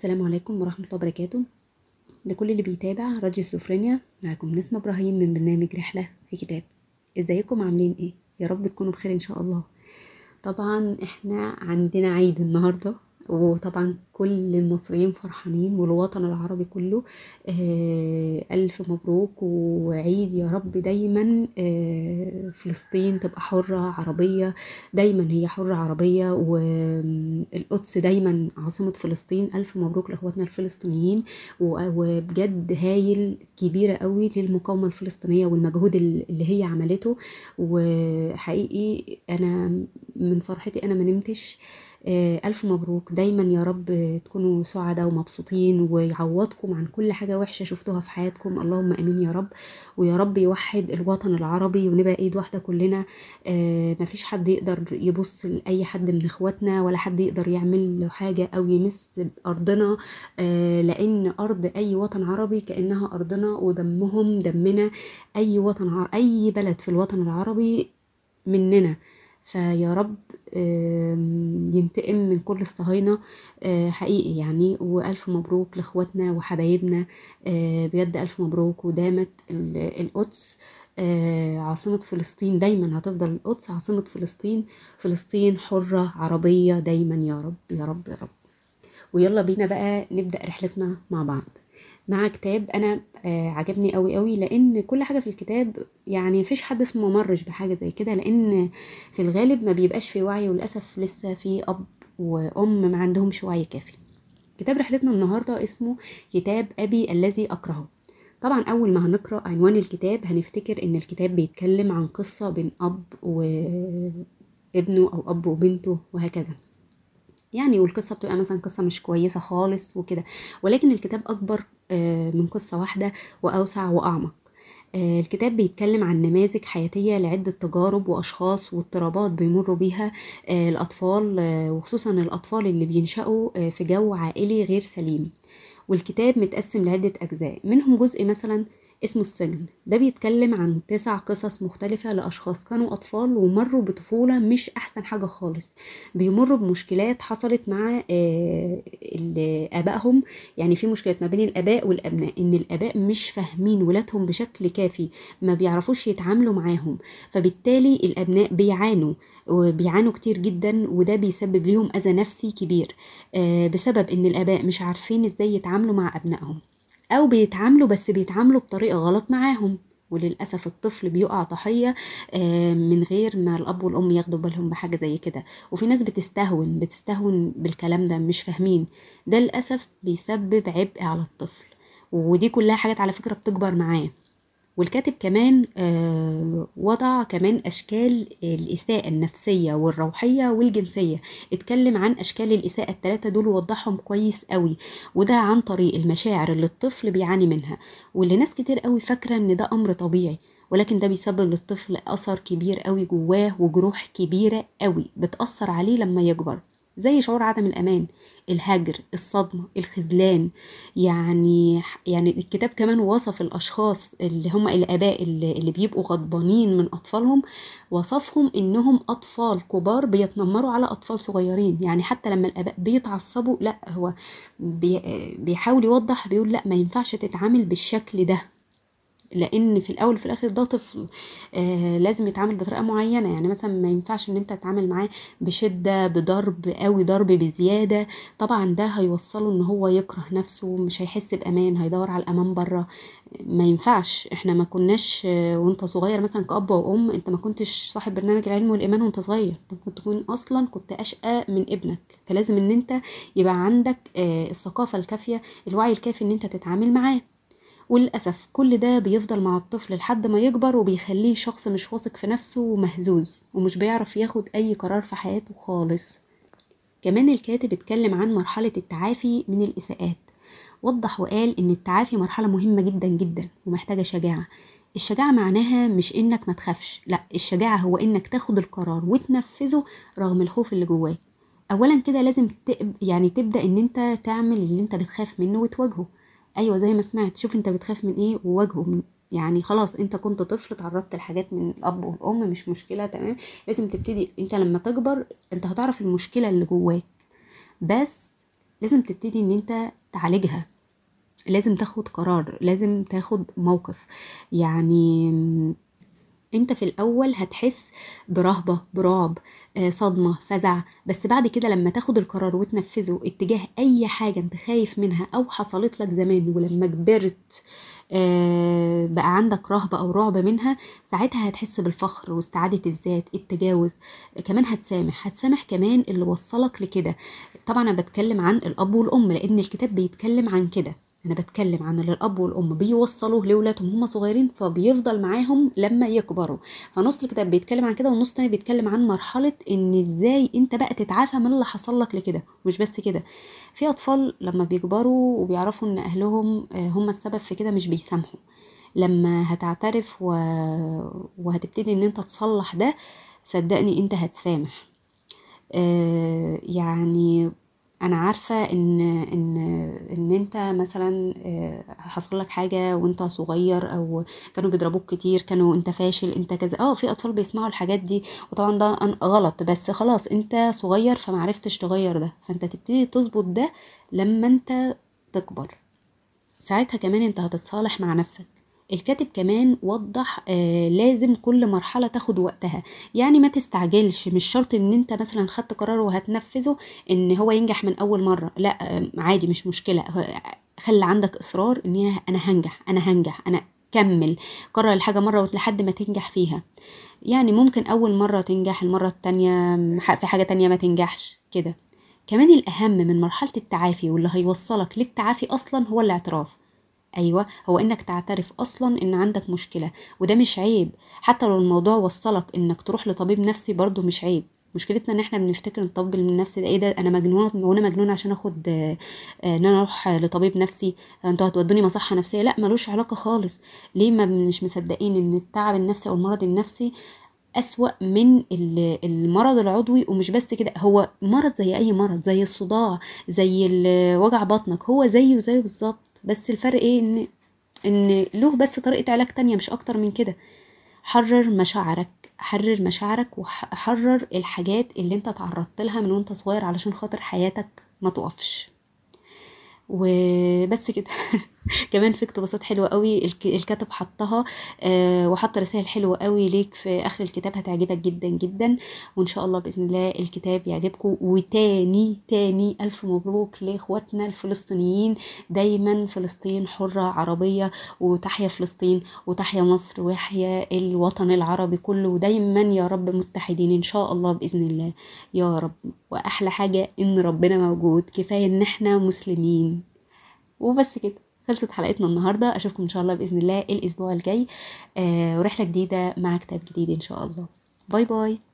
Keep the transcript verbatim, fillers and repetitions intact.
السلام عليكم ورحمة الله وبركاته. لكل اللي بيتابع راديو سلوفرينيا، معكم نسمة إبراهيم من برنامج رحلة في كتاب. ازيكم عاملين ايه؟ يا رب تكونوا بخير ان شاء الله. طبعا احنا عندنا عيد النهاردة، وطبعا كل المصريين فرحانين والوطن العربي كله. آه ألف مبروك وعيد يا رب دايما. آه فلسطين تبقى حرة عربية، دايما هي حرة عربية، والقدس دايما عاصمة فلسطين. ألف مبروك لأخواتنا الفلسطينيين، وبجد هايل كبيرة قوي للمقاومة الفلسطينية والمجهود اللي هي عملته. وحقيقي أنا من فرحتي انا ما نمتش. آه، الف مبروك دايما يا رب تكونوا سعداء ومبسوطين، ويعوضكم عن كل حاجة وحشة شفتوها في حياتكم، اللهم امين يا رب. ويا رب يوحد الوطن العربي ونبقى ايد واحدة كلنا. آه، مفيش حد يقدر يبص لاي حد من اخواتنا، ولا حد يقدر يعمل له حاجة او يمس بارضنا. آه، لان ارض اي وطن عربي كأنها ارضنا، ودمهم دمنا. اي وطن عر... اي بلد في الوطن العربي مننا. فيا رب ينتقم من كل الصهاينة. آه، حقيقي يعني، وألف مبروك لإخواتنا وحبايبنا. آه، بجد ألف مبروك. ودامت القدس آه، عاصمة فلسطين، دايما هتفضل القدس عاصمة فلسطين. فلسطين حرة عربية دايما يا رب يا رب يا رب. ويلا بينا بقى نبدأ رحلتنا مع بعض مع كتاب انا آه عجبني قوي قوي، لان كل حاجه في الكتاب يعني مفيش حد اسمه مرش بحاجه زي كده، لان في الغالب ما بيبقاش في وعي، وللاسف لسه في اب وام ما عندهمش وعي كافي. كتاب رحلتنا النهارده اسمه كتاب ابي الذي اكرهه. طبعا اول ما هنقرا عنوان الكتاب هنفتكر ان الكتاب بيتكلم عن قصه بين اب وابنه، او اب وبنته وهكذا يعني. والقصة بتبقى مثلا قصة مش كويسة خالص وكده، ولكن الكتاب أكبر آه، من قصة واحدة، وأوسع وأعمق. آه، الكتاب بيتكلم عن نماذج حياتية لعدة تجارب وأشخاص واضطرابات بيمروا بيها آه، الأطفال، آه، وخصوصا الأطفال اللي بينشأوا آه، في جو عائلي غير سليم. والكتاب متقسم لعدة أجزاء، منهم جزء مثلا اسمه السجن. ده بيتكلم عن تسع قصص مختلفة لأشخاص كانوا أطفال ومروا بطفولة مش أحسن حاجة خالص، بيمروا بمشكلات حصلت مع آه، ال- آبائهم. يعني في مشكلات ما بين الآباء والأبناء، إن الآباء مش فاهمين ولادهم بشكل كافي، ما بيعرفوش يتعاملوا معاهم، فبالتالي الأبناء بيعانوا وبيعانوا كتير جدا، وده بيسبب ليهم أذى نفسي كبير آه، بسبب ان الاباء مش عارفين ازاي يتعاملوا مع ابنائهم، او بيتعاملوا بس بيتعاملوا بطريقة غلط معاهم. وللأسف الطفل بيقع ضحية آه، من غير ما الأب والأم ياخدوا بالهم بحاجة زي كده. وفي ناس بتستهون بتستهون بالكلام ده، مش فاهمين. ده للأسف بيسبب عبء على الطفل، ودي كلها حاجات على فكرة بتكبر معاه. والكاتب كمان آه، وضع كمان أشكال الإساءة النفسية والروحية والجنسية. اتكلم عن أشكال الإساءة الثلاثة دول ووضحهم كويس قوي، وده عن طريق المشاعر اللي الطفل بيعاني منها، واللي ناس كتير قوي فاكرة ان ده أمر طبيعي، ولكن ده بيسبب للطفل أثر كبير قوي جواه، وجروح كبيرة قوي بتأثر عليه لما يكبر، زي شعور عدم الأمان، الهجر، الصدمة، الخذلان. يعني يعني الكتاب كمان وصف الاشخاص اللي هم الاباء اللي, اللي بيبقوا غضبانين من اطفالهم، وصفهم انهم اطفال كبار بيتنمروا على اطفال صغيرين. يعني حتى لما الاباء بيتعصبوا، لا هو بي بيحاول يوضح، بيقول لا ما ينفعش تتعامل بالشكل ده، لان في الاول وفي الاخر ده طفل آه لازم يتعامل بطريقه معينه. يعني مثلا ما ينفعش ان انت تتعامل معاه بشده، بضرب قوي، ضرب بزياده. طبعا ده هيوصله ان هو يكره نفسه، مش هيحس بامان، هيدور على الامان بره. ما ينفعش. احنا ما كناش آه، وانت صغير مثلا كأب وأم، انت ما كنتش صاحب برنامج العلم والإيمان وانت صغير، انت كنت تكون اصلا كنت أشقى من ابنك. فلازم ان انت يبقى عندك آه، الثقافة الكافية، الوعي الكافي ان انت تتعامل معاه. وللأسف كل ده بيفضل مع الطفل لحد ما يكبر، وبيخليه شخص مش واثق في نفسه ومهزوز، ومش بيعرف ياخد أي قرار في حياته خالص. كمان الكاتب اتكلم عن مرحلة التعافي من الإساءات. وضح وقال إن التعافي مرحلة مهمة جدا جدا ومحتاجة شجاعة. الشجاعة معناها مش إنك ما تخافش، لا، الشجاعة هو إنك تاخد القرار وتنفذه رغم الخوف اللي جواك. أولا كده لازم تق- يعني تبدأ إن أنت تعمل اللي أنت بتخاف منه وتواجهه. أيوة زي ما سمعت، شوف أنت بتخاف من إيه وواجهه. من يعني خلاص أنت كنت طفل تعرضت لحاجات من الأب والأم، مش مشكلة، تمام. لازم تبتدي أنت لما تكبر، أنت هتعرف المشكلة اللي جواك، بس لازم تبتدي ان انت تعالجها، لازم تاخد قرار، لازم تاخد موقف. يعني انت في الاول هتحس برهبة، برعب، آه، صدمة، فزع، بس بعد كده لما تاخد القرار وتنفذه اتجاه اي حاجة انت خايف منها او حصلت لك زمان ولما كبرت آه، بقى عندك رهبة او رعب منها، ساعتها هتحس بالفخر واستعادة الذات، التجاوز. كمان هتسامح، هتسامح كمان اللي وصلك لكده. طبعا انا بتكلم عن الاب والام لان الكتاب بيتكلم عن كده. انا بتكلم عن اللي الاب والام بيوصلوه لاولادهم هم صغيرين فبيفضل معاهم لما يكبروا. فنص الكتاب بيتكلم عن كده، والنص التاني بيتكلم عن مرحله ان ازاي انت بقى تتعافى من اللي حصل لك لكده. مش بس كده، في اطفال لما بيكبروا وبيعرفوا ان اهلهم آه، هم السبب في كده مش بيسامحوا. لما هتعترف و... وهتبتدي ان انت تصلح ده، صدقني انت هتسامح. آه، يعني انا عارفه ان ان ان انت مثلا آه، حصل لك حاجه وانت صغير، او كانوا بيضربوك كتير، كانوا انت فاشل، انت كذا. اه في اطفال بيسمعوا الحاجات دي، وطبعا ده أن- غلط، بس خلاص انت صغير فمعرفتش تغير ده، فانت تبتدي تظبط ده لما انت تكبر. ساعتها كمان انت هتتصالح مع نفسك. الكاتب كمان وضح آه لازم كل مرحلة تاخد وقتها. يعني ما تستعجلش، مش شرط ان انت مثلا خدت قرار وهتنفذه ان هو ينجح من اول مرة، لا آه عادي مش مشكلة. آه، خلي عندك اصرار ان هي انا هنجح انا هنجح انا كمل. قرر الحاجة مرة لحد ما تنجح فيها. يعني ممكن اول مرة تنجح، المرة التانية في حاجة تانية ما تنجحش كده. كمان الأهم من مرحلة التعافي واللي هيوصلك للتعافي أصلا هو الاعتراف. أيوة، هو إنك تعترف أصلا إن عندك مشكلة، وده مش عيب. حتى لو الموضوع وصلك إنك تروح لطبيب نفسي برضو مش عيب. مشكلتنا ان احنا بنفتكر ان الطب النفسي ده ايه، ده انا مجنونه وانا مجنون عشان اخد آه، آه، ان انا اروح لطبيب نفسي. انتوا هتودوني مصحه نفسيه؟ لا، ملوش علاقه خالص. ليه ما بن- مش مصدقين ان التعب النفسي او المرض النفسي أسوأ من ال- المرض العضوي؟ ومش بس كده، هو مرض زي أي مرض، زي الصداع، زي ال- وجع بطنك، هو زيه زيه بالظبط. بس الفرق ايه؟ ان ان له بس طريقة علاج تانية مش اكتر من كده. حرر مشاعرك، حرر مشاعرك وحرر الحاجات اللي انت تعرضت لها من وانت صغير علشان خاطر حياتك ما توقفش. وبس كده. كمان في اقتباسات حلوة قوي الك- الكاتب حطها، آه، وحط رسائل حلوة قوي ليك في اخر الكتاب هتعجبك جدا جدا. وان شاء الله باذن الله الكتاب يعجبكم. وتاني تاني الف مبروك لاخواتنا الفلسطينيين. دايما فلسطين حرة عربية، وتحيا فلسطين وتحيا مصر ويحيا الوطن العربي كله، ودايما يا رب متحدين ان شاء الله باذن الله يا رب. واحلى حاجة ان ربنا موجود، كفاية ان احنا مسلمين. وبس كده، خلصت حلقتنا النهاردة. أشوفكم إن شاء الله بإذن الله الأسبوع الجاي، آه ورحلة جديدة مع كتاب جديد إن شاء الله. باي باي.